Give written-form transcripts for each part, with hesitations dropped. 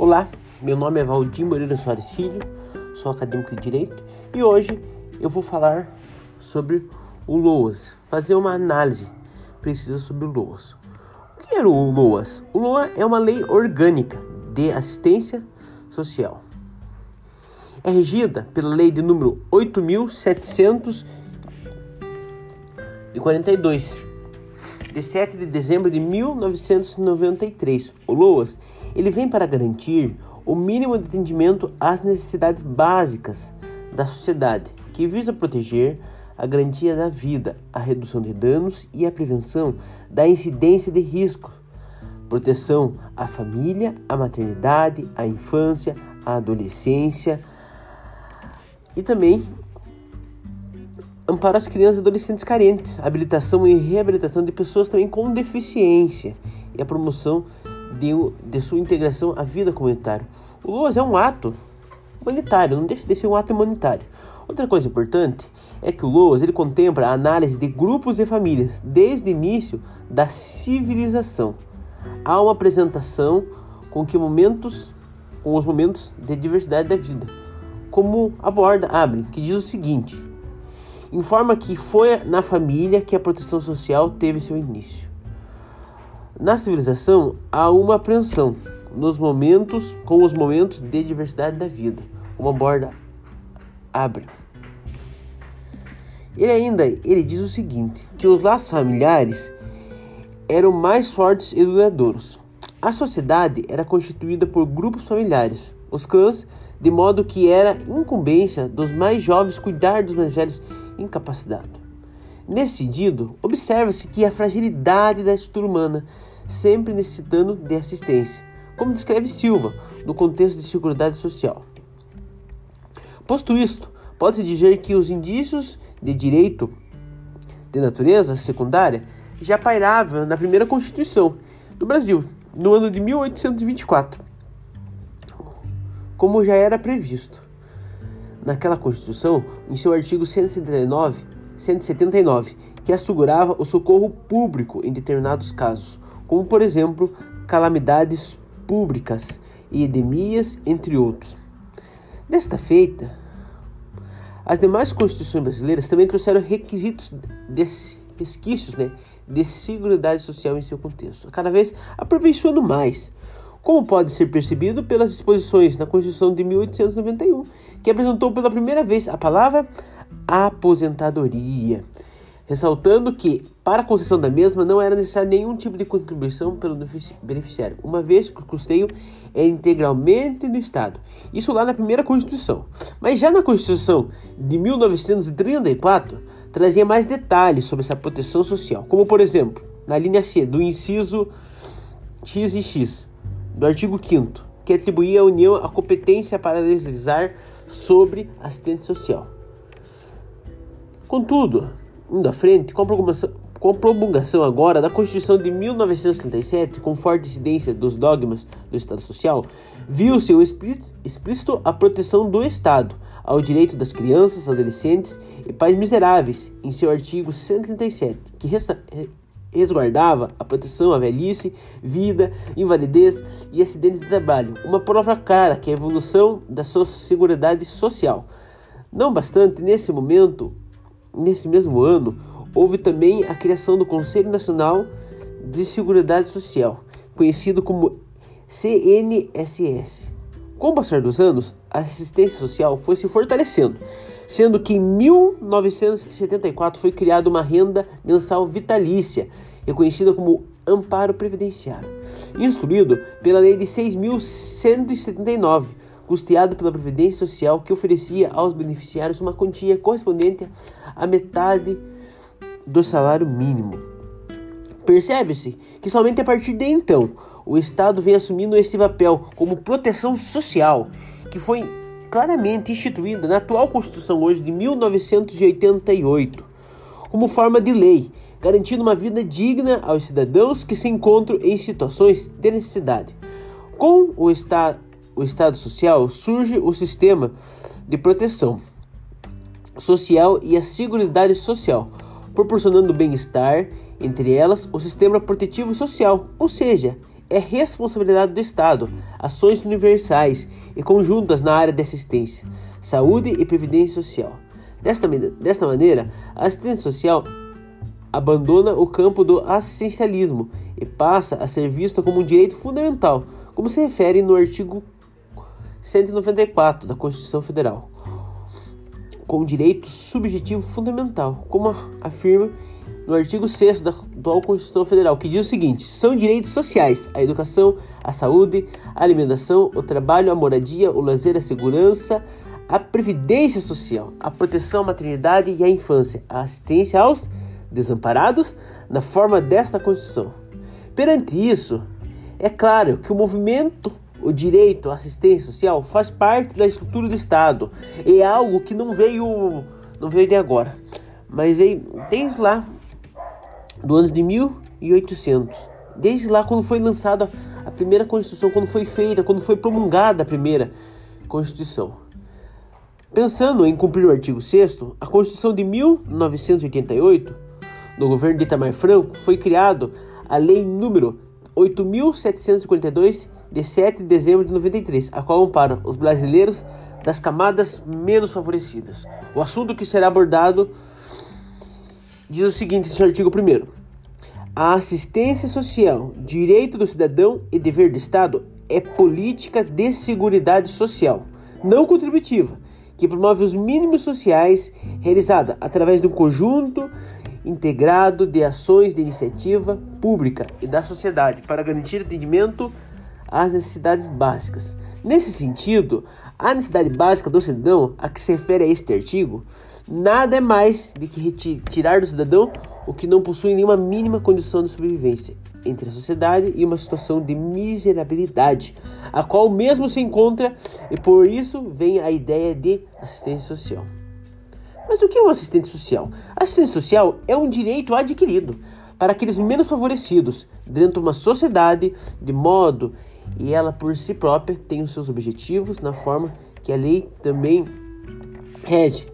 Olá, meu nome é Valdir Moreira Soares Filho, sou acadêmico de Direito e hoje eu vou falar sobre o LOAS, fazer uma análise precisa sobre o LOAS. O que era o LOAS? O LOAS é uma lei orgânica de assistência social. É regida pela lei de número 8.742, de 7 de dezembro de 1993. O LOAS ele vem para garantir o mínimo de atendimento às necessidades básicas da sociedade, que visa proteger a garantia da vida, a redução de danos e a prevenção da incidência de risco, proteção à família, à maternidade, à infância, à adolescência e também amparo às crianças e adolescentes carentes, habilitação e reabilitação de pessoas também com deficiência e a promoção de sua integração à vida comunitária. O LOAS é um ato humanitário, não deixa de ser um ato humanitário. Outra coisa importante é que o LOAS ele contempla a análise de grupos e famílias desde o início da civilização. Há uma apresentação com os momentos de diversidade da vida, como aborda Abre, que diz o seguinte: informa que foi na família que a proteção social teve seu início. Na civilização, há uma apreensão com os momentos de diversidade da vida, como aborda Abre. Ele diz o seguinte, que os laços familiares eram mais fortes e duradouros. A sociedade era constituída por grupos familiares, os clãs, de modo que era incumbência dos mais jovens cuidar dos mais velhos incapacitados. Nesse sentido, observa-se que a fragilidade da estrutura humana, sempre necessitando de assistência, como descreve Silva, no contexto de seguridade social. Posto isto, pode-se dizer que os indícios de direito de natureza secundária já pairavam na primeira Constituição do Brasil, no ano de 1824, como já era previsto naquela Constituição, em seu artigo 179, que assegurava o socorro público em determinados casos, como, por exemplo, calamidades públicas e epidemias, entre outros. Desta feita, as demais constituições brasileiras também trouxeram resquícios de seguridade social em seu contexto, cada vez aperfeiçoando mais, como pode ser percebido pelas disposições na Constituição de 1891, que apresentou pela primeira vez a palavra aposentadoria, ressaltando que, para a concessão da mesma, não era necessário nenhum tipo de contribuição pelo beneficiário, uma vez que o custeio é integralmente do Estado. Isso lá na primeira Constituição. Mas já na Constituição de 1934, trazia mais detalhes sobre essa proteção social, como, por exemplo, na linha C do inciso X e X, do artigo 5º, que atribuía à União a competência para legislar sobre assistente social. Contudo, indo à frente, com a promulgação agora da Constituição de 1937, com forte incidência dos dogmas do Estado Social, viu-se explícito a proteção do Estado ao direito das crianças, adolescentes e pais miseráveis, em seu artigo 137, que resguardava a proteção à velhice, vida, invalidez e acidentes de trabalho, uma prova clara que é a evolução da sua seguridade social. Não bastante, nesse mesmo ano, houve também a criação do Conselho Nacional de Seguridade Social, conhecido como CNSS. Com o passar dos anos, a assistência social foi se fortalecendo, sendo que em 1974 foi criada uma renda mensal vitalícia, reconhecida como amparo previdenciário, instruído pela Lei de 6.179, custeado pela Previdência Social, que oferecia aos beneficiários uma quantia correspondente à metade do salário mínimo. Percebe-se que somente a partir de então o Estado vem assumindo esse papel como proteção social, que foi claramente instituída na atual Constituição hoje de 1988, como forma de lei, garantindo uma vida digna aos cidadãos que se encontram em situações de necessidade. Com o Estado Social surge o sistema de proteção social e a Seguridade Social, proporcionando bem-estar, entre elas o sistema protetivo social, ou seja, é responsabilidade do Estado, ações universais e conjuntas na área de assistência, saúde e previdência social. Desta maneira, a assistência social abandona o campo do assistencialismo e passa a ser vista como um direito fundamental, como se refere no artigo 194 da Constituição Federal, com um direito subjetivo fundamental, como afirma no artigo 6º da atual Constituição Federal, que diz o seguinte: são direitos sociais a educação, a saúde, a alimentação, o trabalho, a moradia, o lazer, a segurança, a previdência social, a proteção à maternidade e à infância, a assistência aos desamparados na forma desta Constituição. Perante isso, é claro que o direito à assistência social faz parte da estrutura do Estado. É algo que não veio de agora, mas veio desde lá do ano de 1800. Desde lá, quando foi lançada a primeira Constituição, quando foi promulgada a primeira Constituição. Pensando em cumprir o artigo 6º, a Constituição de 1988, no governo de Itamar Franco, foi criado a Lei número 8.752, de 7 de dezembro de 93, a qual ampara os brasileiros das camadas menos favorecidas. O assunto que será abordado diz o seguinte nesse artigo 1º: a assistência social, direito do cidadão e dever do Estado, é política de seguridade social, não contributiva, que promove os mínimos sociais, realizada através de um conjunto integrado de ações de iniciativa pública e da sociedade para garantir atendimento às necessidades básicas. Nesse sentido, a necessidade básica do cidadão, a que se refere a este artigo, nada é mais do que tirar do cidadão o que não possui nenhuma mínima condição de sobrevivência entre a sociedade e uma situação de miserabilidade, a qual mesmo se encontra, e por isso vem a ideia de assistência social. Mas o que é uma assistente social? A assistência social é um direito adquirido para aqueles menos favorecidos dentro de uma sociedade, de modo e ela por si própria tem os seus objetivos na forma que a lei também rege.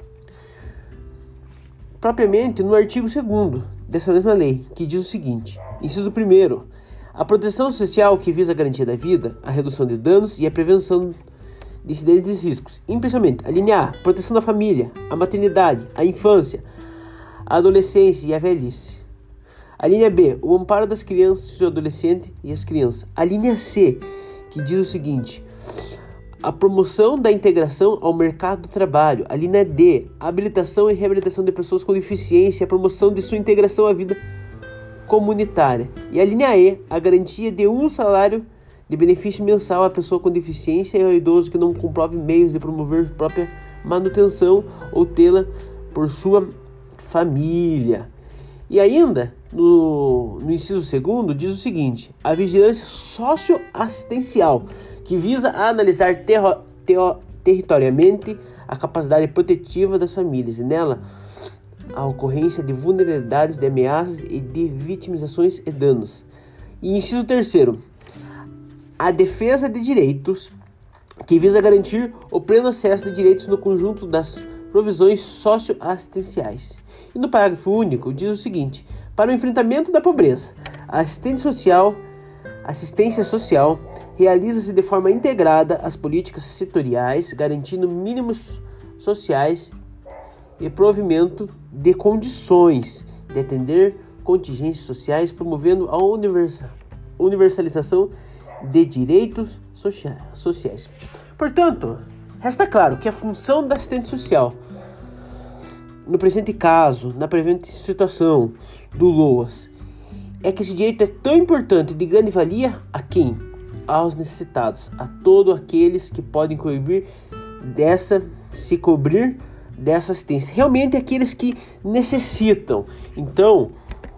Propriamente no artigo 2º dessa mesma lei, que diz o seguinte: inciso 1º, a proteção social que visa a garantia da vida, a redução de danos e a prevenção de incidentes e riscos, especialmente a linha A, proteção da família, a maternidade, a infância, a adolescência e a velhice. A linha B, o amparo das crianças e adolescentes e as crianças. A linha C, que diz o seguinte: a promoção da integração ao mercado do trabalho. A linha D, a habilitação e reabilitação de pessoas com deficiência e a promoção de sua integração à vida comunitária. E a linha E, a garantia de um salário de benefício mensal à pessoa com deficiência e ao idoso que não comprove meios de promover própria manutenção ou tê-la por sua família. E ainda, no inciso 2º, diz o seguinte: a vigilância socioassistencial, que visa a analisar territorialmente a capacidade protetiva das famílias e nela a ocorrência de vulnerabilidades, de ameaças e de vitimizações e danos. E inciso 3º, a defesa de direitos, que visa garantir o pleno acesso de direitos no conjunto das provisões socioassistenciais. E no parágrafo único diz o seguinte: para o enfrentamento da pobreza, a assistência social realiza-se de forma integrada as políticas setoriais, garantindo mínimos sociais e provimento de condições de atender contingências sociais, promovendo a universalização de direitos sociais. Portanto, resta claro que a função da assistente social, no presente caso, na presente situação do LOAS, é que esse direito é tão importante e de grande valia a quem? Aos necessitados, a todos aqueles que podem se cobrir dessa assistência, realmente aqueles que necessitam. Então,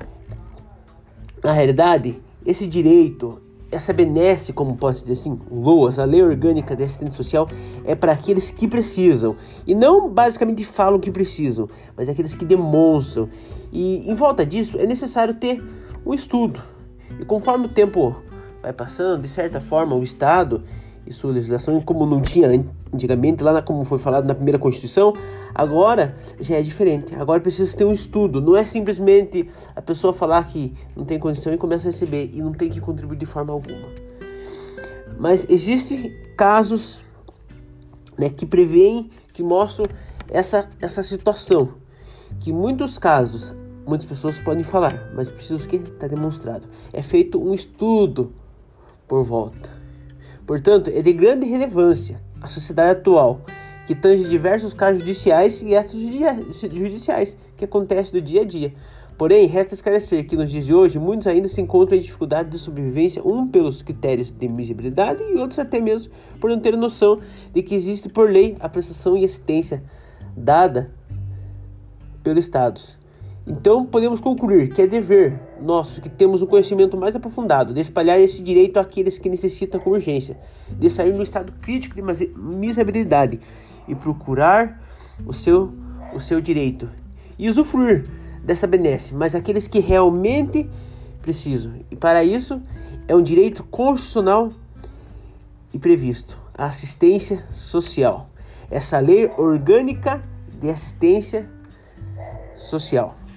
na realidade, esse direito, essa benesse, como posso dizer assim, o LOAS, a Lei Orgânica de Assistência Social, é para aqueles que precisam. E não basicamente falam que precisam, mas aqueles que demonstram. E em volta disso é necessário ter um estudo. E conforme o tempo vai passando, de certa forma, o Estado e sua legislação, como não tinha antigamente, como foi falado na primeira Constituição, agora já é diferente. Agora precisa ter um estudo, não é simplesmente a pessoa falar que não tem condição e começa a receber e não tem que contribuir de forma alguma. Mas existem casos, né, que prevêem, que mostram essa situação, que em muitos casos, muitas pessoas podem falar, mas preciso que está demonstrado. É feito um estudo por volta. Portanto, é de grande relevância a sociedade atual, que tange diversos casos judiciais e extrajudiciais que acontecem do dia a dia. Porém, resta esclarecer que nos dias de hoje, muitos ainda se encontram em dificuldade de sobrevivência, pelos critérios de miserabilidade e outros até mesmo por não ter noção de que existe por lei a prestação e assistência dada pelo Estado. Então, podemos concluir que é dever nosso, que temos um conhecimento mais aprofundado, de espalhar esse direito àqueles que necessitam com urgência, de sair do estado crítico de miserabilidade e procurar o seu direito e usufruir dessa benesse, mas aqueles que realmente precisam. E para isso, é um direito constitucional e previsto a assistência social. Essa lei orgânica de assistência social.